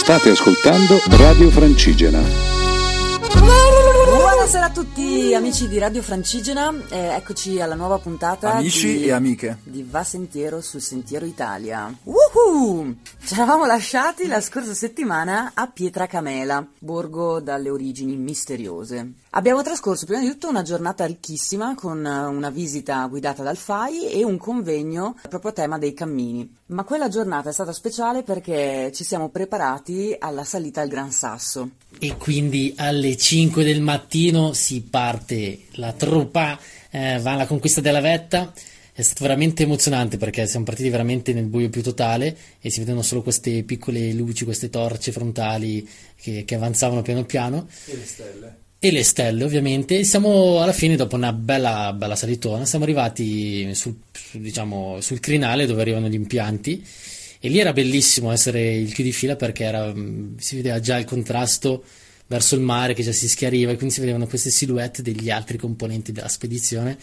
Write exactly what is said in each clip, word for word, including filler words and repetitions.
State ascoltando Radio Francigena. Buonasera a tutti amici di Radio Francigena, eh, eccoci alla nuova puntata amici di, e amiche di Va Sentiero sul Sentiero Italia. Woohoo! Ci eravamo lasciati la scorsa settimana a Pietracamela, borgo dalle origini misteriose. Abbiamo trascorso prima di tutto una giornata ricchissima con una visita guidata dal F A I e un convegno proprio a tema dei cammini. Ma quella giornata è stata speciale perché ci siamo preparati alla salita al Gran Sasso. E quindi alle cinque del mattino si parte la truppa, eh, va alla conquista della vetta. È stato veramente emozionante perché siamo partiti veramente nel buio più totale e si vedono solo queste piccole luci, queste torce frontali che, che avanzavano piano piano. E le stelle. E le stelle ovviamente. Siamo alla fine, dopo una bella, bella salitona, siamo arrivati sul, su, diciamo, sul crinale dove arrivano gli impianti. E lì era bellissimo essere il più di fila perché era, si vedeva già il contrasto verso il mare che già si schiariva e quindi si vedevano queste silhouette degli altri componenti della spedizione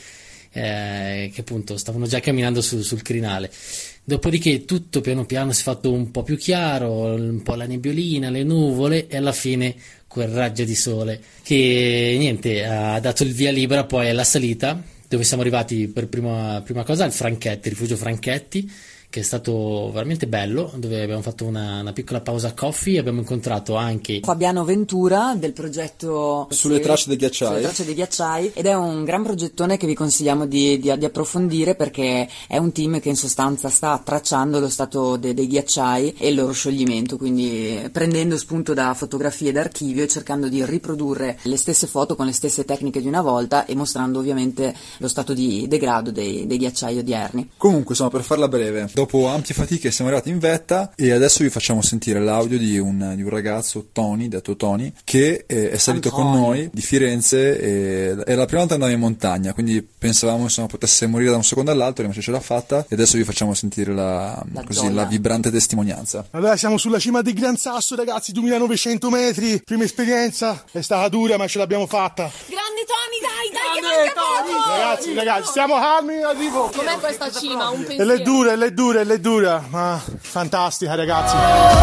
eh, che appunto stavano già camminando su, sul crinale. Dopodiché tutto piano piano si è fatto un po' più chiaro, un po' la nebbiolina, le nuvole e alla fine quel raggio di sole che niente ha dato il via libera poi alla salita, dove siamo arrivati per prima, prima cosa al Franchetti, rifugio Franchetti, che è stato veramente bello, dove abbiamo fatto una, una piccola pausa coffee e abbiamo incontrato anche Fabiano Ventura del progetto Sulle tracce dei ghiacciai. Sulle tracce dei ghiacciai, ed è un gran progettone che vi consigliamo di, di, di approfondire perché è un team che in sostanza sta tracciando lo stato de, dei ghiacciai e il loro scioglimento, quindi prendendo spunto da fotografie d'archivio e cercando di riprodurre le stesse foto con le stesse tecniche di una volta e mostrando ovviamente lo stato di degrado dei, dei ghiacciai odierni. Comunque, insomma, per farla breve, dopo ampie fatiche siamo arrivati in vetta e adesso vi facciamo sentire l'audio di un, di un ragazzo, Tony, detto Tony, che eh, è salito Antonio. con noi di Firenze e è la prima volta che andava in montagna, quindi pensavamo insomma potesse morire da un secondo all'altro, invece ce l'ha fatta e adesso vi facciamo sentire la, La così, gioia. la vibrante testimonianza. Allora siamo sulla cima del Gran Sasso, ragazzi, duemilanovecento metri, prima esperienza, è stata dura ma ce l'abbiamo fatta. Grande Tony, dai, dai, che manca poco! Ragazzi, ragazzi, stiamo calmi, arrivo. Com'è questa cima? Un E pensiero. l'è dura, e l'è dura, e l'è dura, ma fantastica, ragazzi.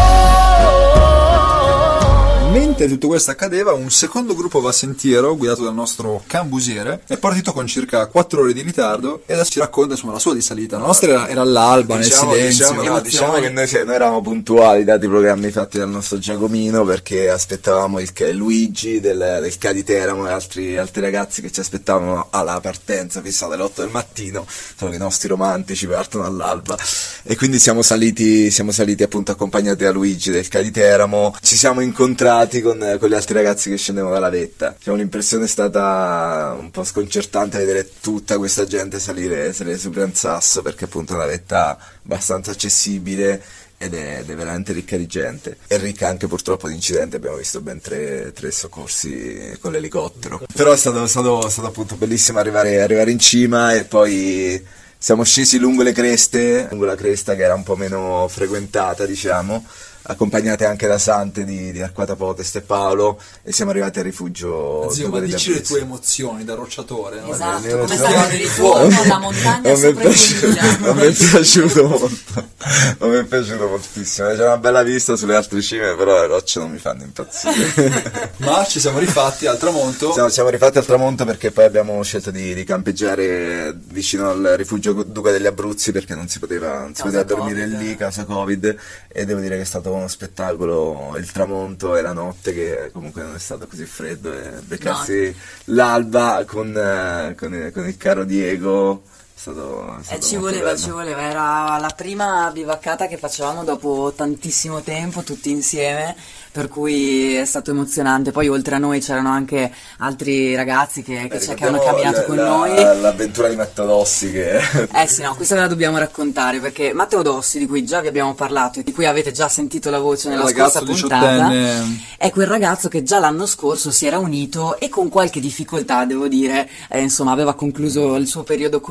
Mentre tutto questo accadeva, un secondo gruppo va sentiero guidato dal nostro cambusiere è partito con circa quattro ore di ritardo e adesso ci racconta insomma la sua di salita. La nostra era, era all'alba, Diciamo, nel silenzio. diciamo, no, emozioni. diciamo che noi, noi eravamo puntuali dati i programmi fatti dal nostro Giacomino perché aspettavamo il Luigi del, del C A di Teramo e altri, altri ragazzi che ci aspettavano alla partenza fissata alle otto del mattino, solo che i nostri romantici partono all'alba e quindi siamo saliti, siamo saliti appunto accompagnati da Luigi del C A di Teramo. Ci siamo incontrati con, con gli altri ragazzi che scendevano dalla vetta. Diciamo, l'impressione è stata un po' sconcertante vedere tutta questa gente salire, salire su Gran Sasso perché appunto è una vetta abbastanza accessibile ed è, ed è veramente ricca di gente e ricca anche purtroppo di incidenti. Abbiamo visto ben tre, tre soccorsi con l'elicottero, però è stato, stato, stato appunto bellissimo arrivare, arrivare in cima e poi siamo scesi lungo le creste, lungo la cresta che era un po' meno frequentata, diciamo, accompagnate anche da Sante di, di Arquata Poteste e Paolo, e siamo arrivati al rifugio. Zio, ma dici le tue emozioni da rocciatore, no? Esatto, Eh, come eh, stava per il ritorno, la montagna a me sopra è il piaciuto, duemila. a me è piaciuto molto, a me è piaciuto moltissimo. C'è una bella vista sulle altre cime, però le rocce non mi fanno impazzire. Ma ci siamo rifatti al tramonto. Siamo, siamo rifatti al tramonto perché poi abbiamo scelto di, di campeggiare vicino al rifugio Duca degli Abruzzi perché non si poteva, non si Causa poteva dormire Covid. lì, causa Covid, e devo dire che è stato uno spettacolo il tramonto e la notte, che comunque non è stato così freddo, e beccarsi No. l'alba con, eh, con, il, con il caro Diego è stato, è stato Eh, ci molto voleva, bello. ci voleva, era la prima bivaccata che facevamo dopo tantissimo tempo, tutti insieme, per cui è stato emozionante. Poi oltre a noi c'erano anche altri ragazzi che, che, Beh, c'è- che hanno ricordiamo camminato la- con la- noi. l'avventura di Matteo Dossi che Eh sì, no, questa ve la dobbiamo raccontare perché Matteo Dossi, di cui già vi abbiamo parlato e di cui avete già sentito la voce nella Ragazzo scorsa puntata, diciottenne. è quel ragazzo che già l'anno scorso si era unito e con qualche difficoltà, devo dire, eh, insomma, aveva concluso il suo periodo con noi.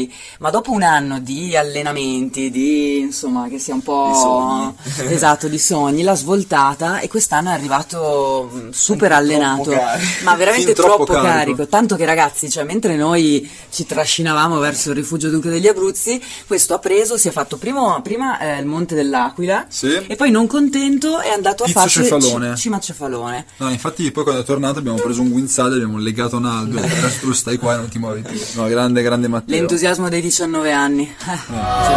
noi, ma dopo un anno di allenamenti, di insomma che sia un po' Di esatto, di sogni, l'ha svoltata e quest'anno è arrivato mh, super Fin allenato, troppo carico. ma veramente Fin troppo troppo carico. carico. Tanto che ragazzi, cioè mentre noi ci trascinavamo verso il rifugio Duca degli Abruzzi, questo ha preso, si è fatto primo, prima eh, il Monte dell'Aquila Sì. e poi non contento è andato a Pizzo farsi Cefalone. C- Cima Cefalone. No, infatti poi quando è tornato abbiamo preso un guinzaglio, abbiamo legato un albero, adesso tu stai qua e non ti muovi più. No, grande, grande Matteo. L'entusiasmo dei diciannove anni. Eh.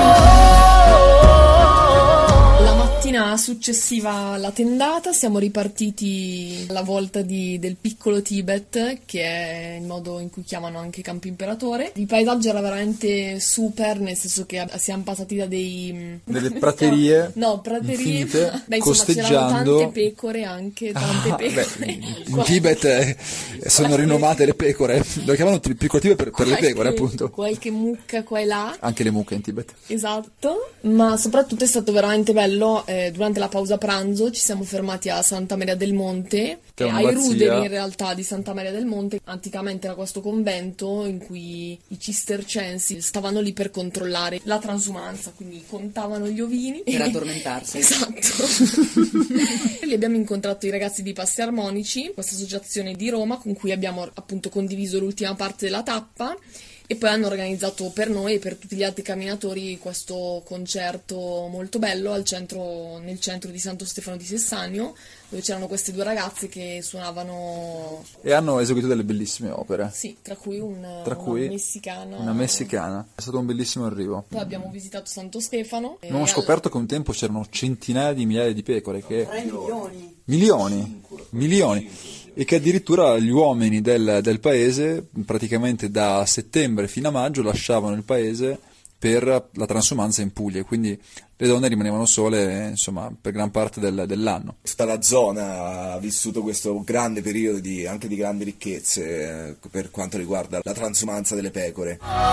La mattina successiva alla tendata siamo ripartiti alla volta di- del piccolo Tibet, che è il modo in cui chiamano anche Campo Imperatore. Il paesaggio era veramente super, nel senso che ab- siamo passati da dei... Delle praterie No, praterie. infinite, Beh, insomma, c'erano costeggiando. tante pecore anche, tante Ah, pecore. beh, in Qua- Tibet eh, sono rinomate le pecore, lo chiamano il piccolo Tibet per, per le qualche- pecore appunto. Qualche mucca qua e là. Anche le mucche in Tibet. Esatto, ma soprattutto è stato veramente bello. eh, durante la pausa pranzo ci siamo fermati a Santa Maria del Monte, Che è eh, una ai abbazia. ruderi in realtà di Santa Maria del Monte. Anticamente era questo convento in cui i cistercensi stavano lì per controllare la transumanza, quindi contavano gli ovini. Per addormentarsi. Esatto. E lì abbiamo incontrato i ragazzi di Passi Armonici, questa associazione di Roma con cui abbiamo appunto condiviso l'ultima parte della tappa. E poi hanno organizzato per noi e per tutti gli altri camminatori questo concerto molto bello al centro, nel centro di Santo Stefano di Sessanio, dove c'erano queste due ragazze che suonavano, E hanno eseguito delle bellissime opere, sì, tra cui un- tra una cui messicana. una messicana. È stato un bellissimo arrivo. Poi abbiamo visitato Santo Stefano. e Abbiamo al- scoperto che un tempo c'erano centinaia di migliaia di pecore, che tre milioni. milioni, milioni, e che addirittura gli uomini del, del paese, praticamente da settembre fino a maggio, lasciavano il paese per la transumanza in Puglia, quindi le donne rimanevano sole, eh, insomma, per gran parte del- dell'anno. Tutta la zona ha vissuto questo grande periodo di, anche di grandi ricchezze eh, per quanto riguarda la transumanza delle pecore.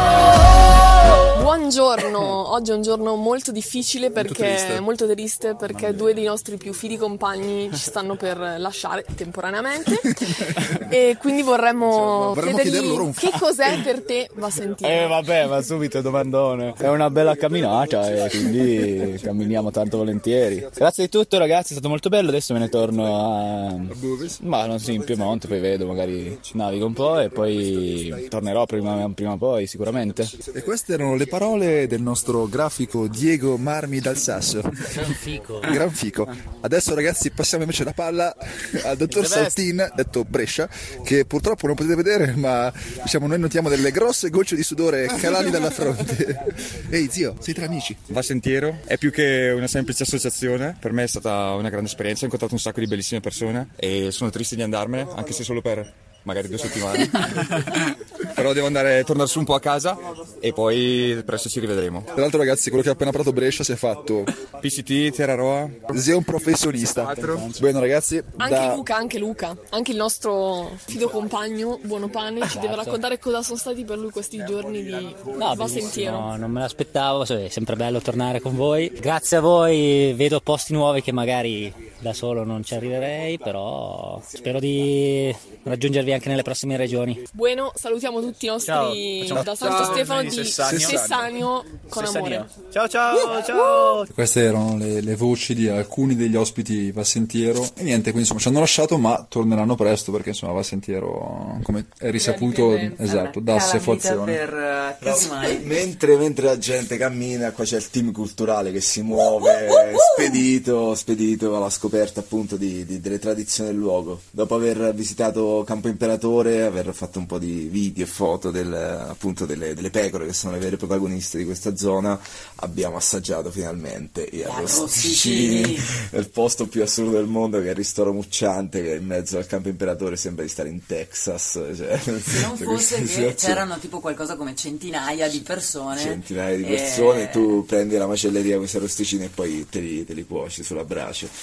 Buongiorno, oggi è un giorno molto difficile perché triste. molto triste perché due dei nostri più fidi compagni ci stanno per lasciare temporaneamente e quindi vorremmo, Vorremmo chieder chiedergli loro un che cos'è per te Va Sentire. Eh vabbè, ma subito domandone. È una bella camminata e quindi camminiamo tanto volentieri. Grazie di tutto ragazzi, è stato molto bello. Adesso me ne torno a... Ma non sì, in Piemonte, poi vedo, magari navigo un po' e poi tornerò prima, prima o poi sicuramente. E queste erano le parole del nostro grafico Diego Marmi dal Sasso. Gran fico. Gran fico. Adesso ragazzi passiamo invece la palla al dottor Saltin, detto Brescia, che purtroppo non potete vedere, ma diciamo noi notiamo delle grosse gocce di sudore calali dalla fronte. Ehi zio, sei tra amici. Va Sentiero è più che una semplice associazione, per me è stata una grande esperienza, ho incontrato un sacco di bellissime persone e sono triste di andarmene, anche se solo per magari due settimane. Però devo andare, tornare su un po' a casa e poi presto ci rivedremo. Tra l'altro ragazzi, quello che ha appena parlato Brescia si è fatto P C T, Terraroa. sei un professionista. Bene ragazzi, Anche da... Luca, anche Luca, anche il nostro fido compagno Buono Pane ci deve raccontare cosa sono stati per lui questi giorni di No, Va Sentiero. no, non me l'aspettavo, cioè, è sempre bello tornare con voi. Grazie a voi vedo posti nuovi che magari da solo non ci arriverei, però spero di raggiungervi anche nelle prossime regioni. Bueno, salutiamo tutti i nostri Ciao. da Santo Ciao. Stefano di Sessanio. Sessanio con amore. Ciao ciao ciao. Queste erano le, le voci di alcuni degli ospiti Va Sentiero e niente, quindi insomma ci hanno lasciato ma torneranno presto perché insomma Va Sentiero, come è risaputo, esatto, da assefuazione. Per uh, casomai. Mentre, mentre la gente cammina, qua c'è il team culturale che si muove, spedito, spedito alla scoperta appunto di, di- delle tradizioni del luogo. Dopo aver visitato Campo Imperatore, aver fatto un po' di video e foto del, appunto delle, delle pecore che sono le vere protagoniste di questa zona, abbiamo assaggiato finalmente i arrosticini, nel posto più assurdo del mondo, che è il Ristoro Mucciante, che è in mezzo al Campo Imperatore, sembra di stare in Texas. Cioè, Se non fosse che c'erano tipo qualcosa come centinaia di persone. centinaia di e- persone, tu prendi la macelleria questi arrosticini e poi te li, te li cuoci sulla brace.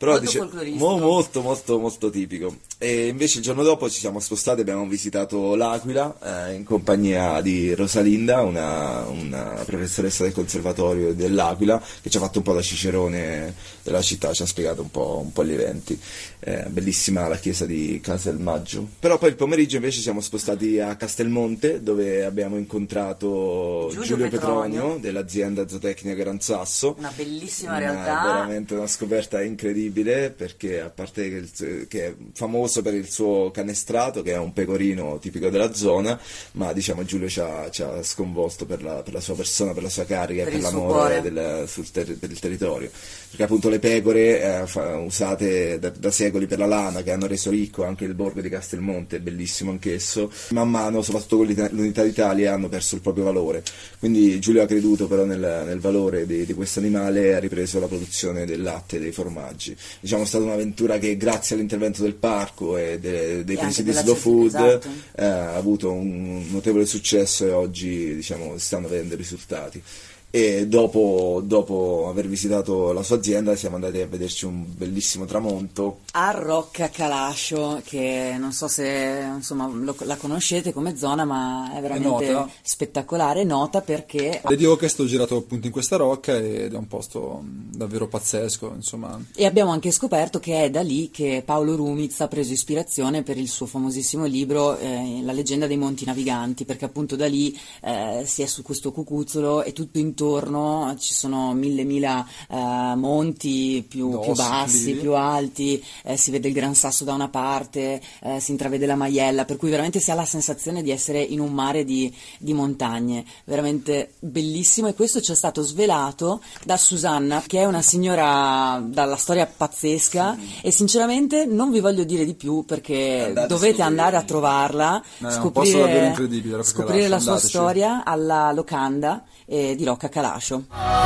Però molto dice, folcloristico. mo- molto molto molto tipico. E invece il giorno dopo ci siamo spostati, abbiamo visitato l'Aquila eh, in compagnia di Rosalinda, una, una professoressa del conservatorio dell'Aquila, che ci ha fatto un po' da cicerone della città, ci ha spiegato un po', un po' gli eventi. Eh, bellissima la chiesa di Castelmaggio. Però poi il pomeriggio invece siamo spostati a Castelmonte, dove abbiamo incontrato Giulio, Giulio Petronio, Petronio dell'azienda zootecnica Gran Sasso. Una bellissima Una- realtà. veramente una scoperta incredibile, perché a parte che, il- che è famoso per il suo canestrato, che è un pecorino tipico della zona, ma diciamo Giulio ci ha, ci ha sconvolto per la, per la sua persona, per la sua carica, Per per il suo l'amore cuore. del, sul ter- per il territorio, perché appunto le pecore eh, fa- usate da, da secoli per la lana, che hanno reso ricco anche il borgo di Castelmonte, è bellissimo anch'esso, man mano soprattutto con l'Ita- l'unità d'Italia hanno perso il proprio valore, quindi Giulio ha creduto però nel, nel valore di, di questo animale e ha ripreso la produzione del latte e dei formaggi. Diciamo è stata un'avventura che grazie all'intervento del parco e de- dei E presidi anche della slow città, food esatto. eh, ha avuto un notevole successo e oggi diciamo si stanno vedendo i risultati. E dopo, dopo aver visitato la sua azienda siamo andati a vederci un bellissimo tramonto A Rocca Calascio, che non so se insomma lo- la conoscete come zona, ma è veramente nota. spettacolare, nota perché Le dico che sto girato appunto in questa rocca ed è un posto mh, davvero pazzesco, insomma. e abbiamo anche scoperto che è da lì che Paolo Rumiz ha preso ispirazione per il suo famosissimo libro eh, La leggenda dei Monti Naviganti, perché appunto da lì eh, si è su questo cucuzzolo e tutto intorno ci sono mille mila eh, monti più, più Dossi, bassi, lì. più alti, eh, si vede il Gran Sasso da una parte, eh, si intravede la Maiella, per cui veramente si ha la sensazione di essere in un mare di, di montagne, veramente bellissimo, e questo ci è stato svelato da Susanna, che è una signora dalla storia pazzesca, e sinceramente non vi voglio dire di più perché Andate a dovete scoprire. andare a trovarla, No, è un posto davvero scoprire, incredibile, Rocca scoprire Calascio, la sua andateci. storia alla locanda eh, di Rocca Calascio.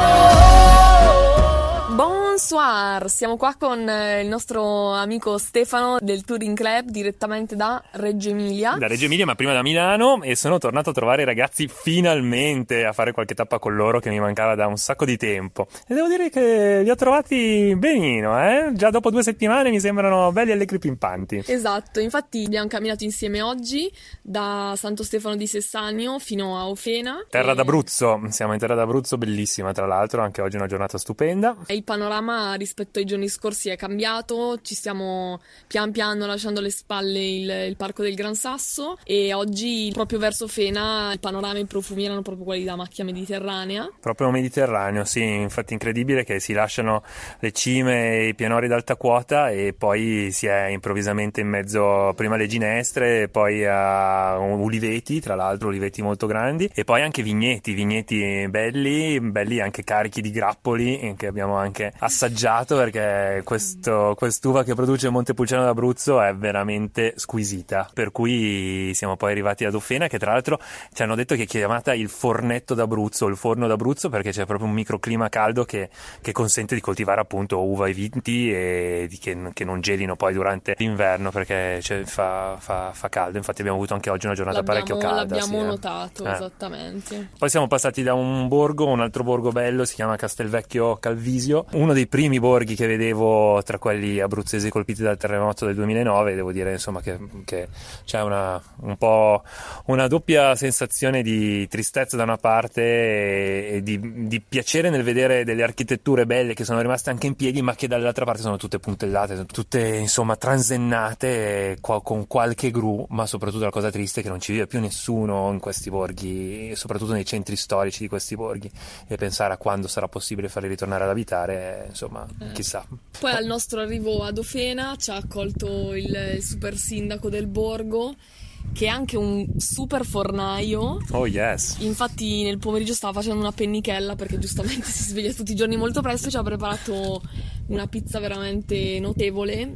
Bonsoir, siamo qua con eh, il nostro amico Stefano del Touring Club direttamente da Reggio Emilia. Da Reggio Emilia, ma prima da Milano, e sono tornato a trovare i ragazzi finalmente a fare qualche tappa con loro che mi mancava da un sacco di tempo. E devo dire che li ho trovati benino, eh? Già dopo due settimane mi sembrano belli allegri pimpanti. Esatto, infatti abbiamo camminato insieme oggi da Santo Stefano di Sessanio fino a Ofena. Terra E- d'Abruzzo, siamo in terra d'Abruzzo, bellissima tra l'altro, anche oggi è una giornata stupenda. Il panorama rispetto ai giorni scorsi è cambiato, ci stiamo pian piano lasciando alle spalle il, il parco del Gran Sasso, e oggi proprio verso Fena i panorami e i profumi erano proprio quelli da macchia mediterranea. Proprio Mediterraneo, sì, infatti incredibile che si lasciano le cime e i pianori d'alta quota e poi si è improvvisamente in mezzo prima alle ginestre e poi a uliveti, tra l'altro uliveti molto grandi, e poi anche vigneti, vigneti belli, belli anche carichi di grappoli che abbiamo anche assaggiato, perché questo, quest'uva che produce Montepulciano d'Abruzzo è veramente squisita, per cui siamo poi arrivati ad Ofena, che tra l'altro ci hanno detto che è chiamata il fornetto d'Abruzzo, il forno d'Abruzzo, perché c'è proprio un microclima caldo che, che consente di coltivare appunto uva e viti e di che, che non gelino poi durante l'inverno, perché c'è- fa, fa, fa caldo. Infatti abbiamo avuto anche oggi una giornata parecchio L'abbiamo, calda. l'abbiamo sì, eh. notato, Eh. esattamente. Poi siamo passati da un borgo, un altro borgo bello, si chiama Castelvecchio Calvisio, uno dei primi borghi che vedevo tra quelli abruzzesi colpiti dal terremoto del duemilanove. Devo dire insomma che, che c'è una, un po' una doppia sensazione di tristezza da una parte e, e di, di piacere nel vedere delle architetture belle che sono rimaste anche in piedi, ma che dall'altra parte sono tutte puntellate, sono tutte insomma transennate eh, qua- con qualche gru, ma soprattutto la cosa triste è che non ci vive più nessuno in questi borghi, soprattutto nei centri storici di questi borghi, e pensare a quando sarà possibile farli ritornare ad abitare, eh, insomma, Eh. chissà. Poi al nostro arrivo ad Ofena ci ha accolto il, il super sindaco del borgo, che è anche un super fornaio. Oh yes. Infatti nel pomeriggio stava facendo una pennichella perché giustamente si sveglia tutti i giorni molto presto, e ci ha preparato una pizza veramente notevole,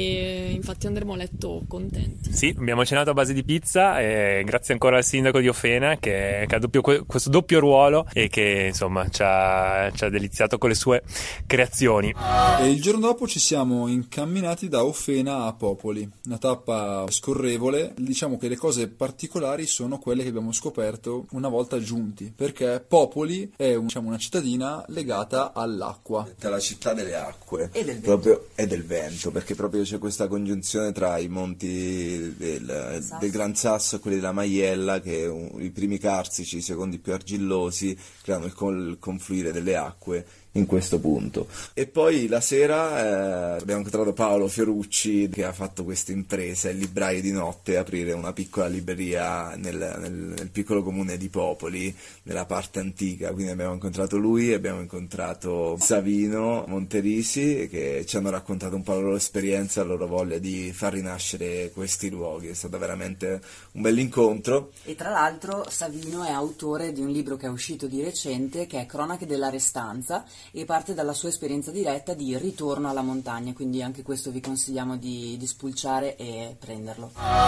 e infatti andremo a letto contenti. Sì, abbiamo cenato a base di pizza, e grazie ancora al sindaco di Ofena che, che ha doppio, questo doppio ruolo e che insomma ci ha, ci ha deliziato con le sue creazioni. E il giorno dopo ci siamo incamminati da Ofena a Popoli, una tappa scorrevole. Diciamo che le cose particolari sono quelle che abbiamo scoperto una volta giunti, perché Popoli è un- diciamo, una cittadina legata all'acqua. la città delle acque. acque E del proprio, e del vento, perché proprio c'è questa congiunzione tra i monti del, Sasso. del Gran Sasso e quelli della Maiella, che un, i primi carsici, i secondi più argillosi, creano il, col- il confluire delle acque in questo punto. E poi la sera eh, abbiamo incontrato Paolo Fiorucci, che ha fatto questa impresa, il libraio di notte, aprire una piccola libreria nel, nel, nel piccolo comune di Popoli, nella parte antica. Quindi abbiamo incontrato lui, abbiamo incontrato Savino Monterisi, che ci hanno raccontato un po' la loro esperienza, la loro voglia di far rinascere questi luoghi. È stato veramente un bell'incontro. E tra l'altro Savino è autore di un libro che è uscito di recente, che è Cronache della Restanza, e parte dalla sua esperienza diretta di ritorno alla montagna, quindi anche questo vi consigliamo di, di spulciare e prenderlo.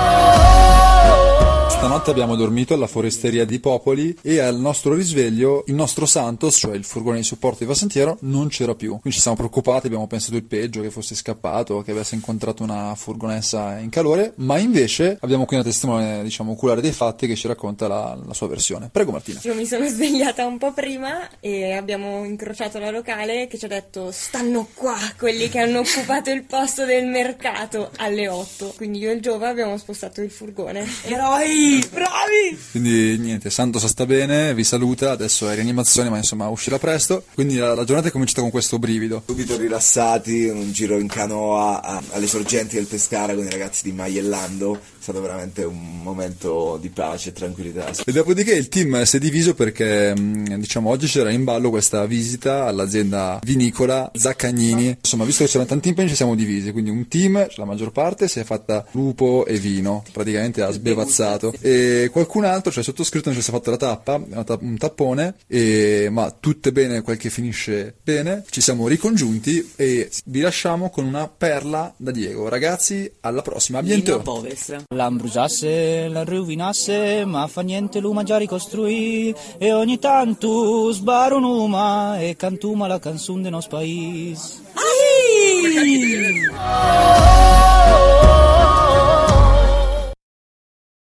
Stanotte abbiamo dormito alla foresteria di Popoli e al nostro risveglio il nostro Santos, cioè il furgone di supporto di Vasentiero, non c'era più. Quindi ci siamo preoccupati, abbiamo pensato il peggio, che fosse scappato, che avesse incontrato una furgonessa in calore, ma invece abbiamo qui una testimone, diciamo, oculare dei fatti, che ci racconta la, la sua versione. Prego Martina. Io mi sono svegliata un po' prima e abbiamo incrociato la locale che ci ha detto: stanno qua quelli che hanno occupato il posto del mercato alle otto. Quindi io e il Giova abbiamo spostato il furgone. Eroi! Bravi! Quindi niente, Santos sta bene, vi saluta, adesso è in rianimazione, ma insomma uscirà presto. Quindi la, la giornata è cominciata con questo brivido. Subito rilassati, un giro in canoa a, alle sorgenti del Pescara con i ragazzi di Maiellando. È stato veramente un momento di pace e tranquillità. E dopodiché il team si è diviso perché diciamo oggi c'era in ballo questa visita all'azienda vinicola Zaccagnini. Insomma, visto che c'erano tanti impegni, ci siamo divisi, quindi un team, cioè la maggior parte, si è fatta lupo e vino, praticamente ha sbevazzato, e qualcun altro, cioè sottoscritto, non ci si è fatto la tappa, una ta- un tappone, e, ma tutte bene quel che finisce bene. Ci siamo ricongiunti e vi lasciamo con una perla da Diego. Ragazzi, alla prossima, a bientôt. L'ambrusasse, la rovinasse, ma fa niente, l'uma già ricostruì, e ogni tanto sbaro un'uma e cantuma la canzone de nos país. Ai!